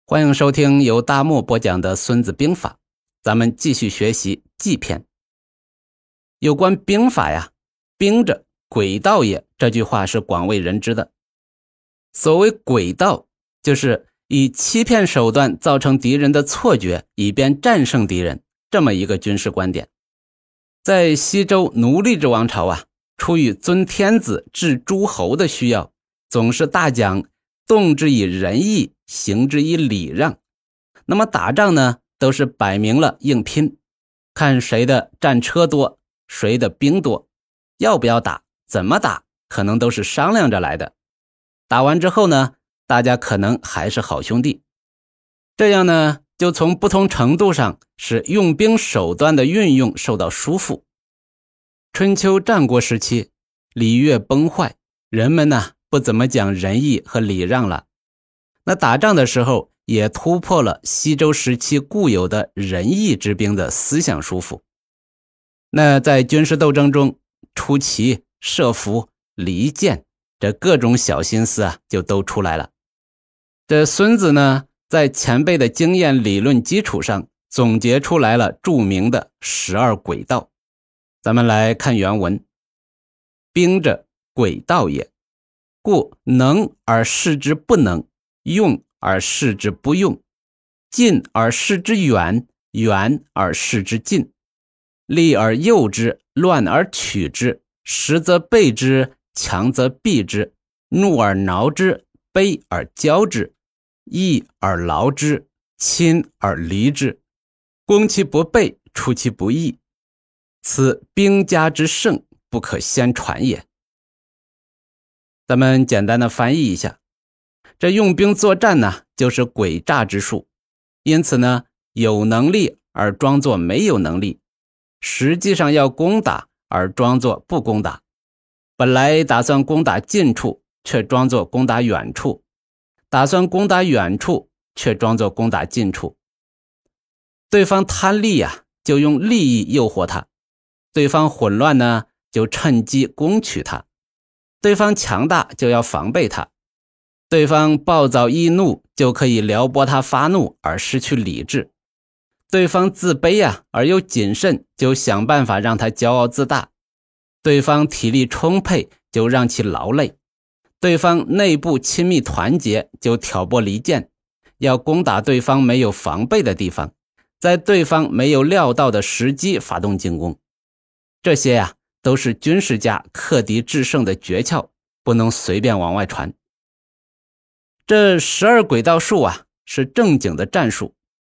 欢迎收听由大漠播讲的《孙子兵法》，咱们继续学习计篇。有关兵法呀，兵者，诡道也，这句话是广为人知的。所谓诡道，就是以欺骗手段造成敌人的错觉，以便战胜敌人，这么一个军事观点。在西周奴隶制王朝啊，出于尊天子治诸侯的需要，总是大讲动之以仁义，行之以礼让。那么打仗呢，都是摆明了硬拼，看谁的战车多，谁的兵多，要不要打，怎么打，可能都是商量着来的。打完之后呢，大家可能还是好兄弟。这样呢，就从不同程度上使用兵手段的运用受到束缚。春秋战国时期，礼乐崩坏，人们呢不怎么讲仁义和礼让了。那打仗的时候也突破了西周时期固有的仁义之兵的思想束缚。那在军事斗争中，出奇、设伏、离间，这各种小心思啊就都出来了。这孙子呢，在前辈的经验理论基础上总结出来了著名的12诡道。咱们来看原文。兵者，诡道也，故能而示之不能，用而示之不用，近而示之远，远而示之近，利而诱之，乱而取之，实则备之，强则避之，怒而挠之，卑而骄之，义而劳之，亲而离之，攻其不备，出其不意，此兵家之胜，不可先传也。咱们简单的翻译一下，这用兵作战呢，就是诡诈之术。因此呢，有能力而装作没有能力，实际上要攻打而装作不攻打，本来打算攻打近处，却装作攻打远处，打算攻打远处，却装作攻打近处。对方贪利啊，就用利益诱惑他；对方混乱呢，就趁机攻取他；对方强大，就要防备他；对方暴躁易怒，就可以撩拨他发怒而失去理智；对方自卑啊而又谨慎，就想办法让他骄傲自大；对方体力充沛，就让其劳累；对方内部亲密团结，就挑拨离间，要攻打对方没有防备的地方，在对方没有料到的时机发动进攻。这些呀，都是军事家克敌制胜的诀窍，不能随便往外传。这12诡道术啊，是正经的战术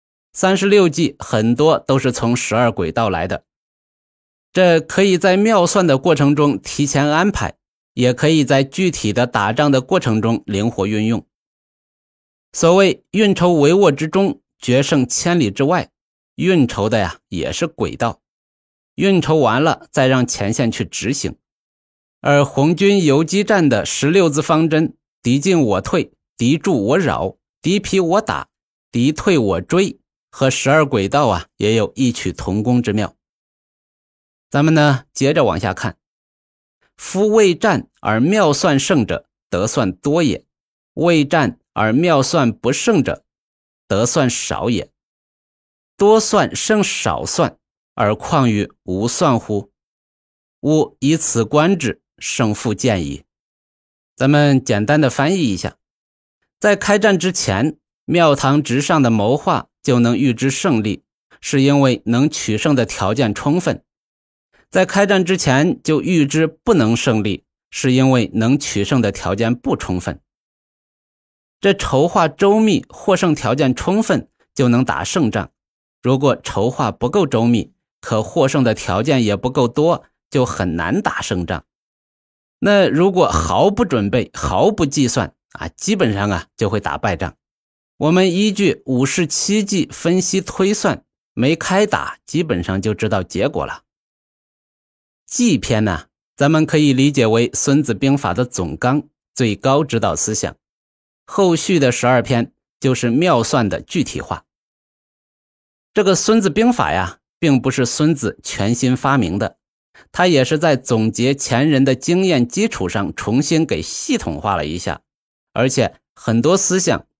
，36计很多都是从12诡道来的。这可以在妙算的过程中提前安排，也可以在具体的打仗的过程中灵活运用。所谓运筹帷幄之中，决胜千里之外，运筹的呀也是诡道，运筹完了再让前线去执行。而红军游击战的16字方针，敌进我退，敌驻我扰，敌疲我打，敌退我追，和12诡道啊也有异曲同工之妙。咱们呢接着往下看。夫未战而妙算胜者，得算多也；未战而妙算不胜者，得算少也。多算胜少算，而况于无算乎？吾以此观之，胜负见矣。咱们简单的翻译一下。在开战之前，庙堂之上的谋划就能预知胜利，是因为能取胜的条件充分；在开战之前就预知不能胜利，是因为能取胜的条件不充分。这筹划周密，获胜条件充分，就能打胜仗；如果筹划不够周密，可获胜的条件也不够多，就很难打胜仗。那如果毫不准备，毫不计算啊，基本上啊就会打败仗。我们依据5事7计分析推算，没开打基本上就知道结果了。计篇呢，咱们可以理解为孙子兵法的总纲，最高指导思想。后续的12篇就是妙算的具体化。这个孙子兵法呀，并不是孙子全新发明的，他也是在总结前人的经验基础上重新给系统化了一下，而且很多思想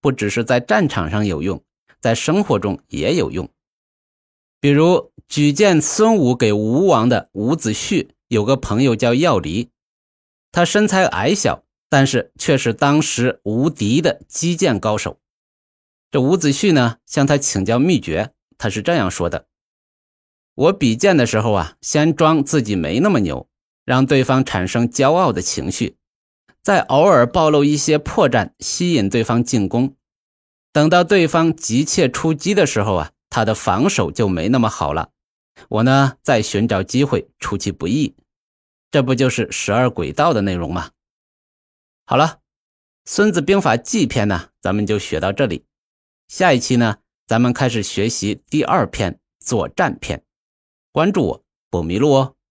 不只是在战场上有用，在生活中也有用。比如举荐孙武给吴王的伍子胥有个朋友叫药离，他身材矮小，但是却是当时无敌的击剑高手。这伍子胥呢，向他请教秘诀，他是这样说的：我比剑的时候啊，先装自己没那么牛，让对方产生骄傲的情绪，再偶尔暴露一些破绽，吸引对方进攻。等到对方急切出击的时候啊，他的防守就没那么好了，我呢再寻找机会出其不意。这不就是12轨道的内容吗？好了，孙子兵法纪篇呢，咱们就学到这里。下一期呢，咱们开始学习第2篇作战篇。关注我，不迷路哦。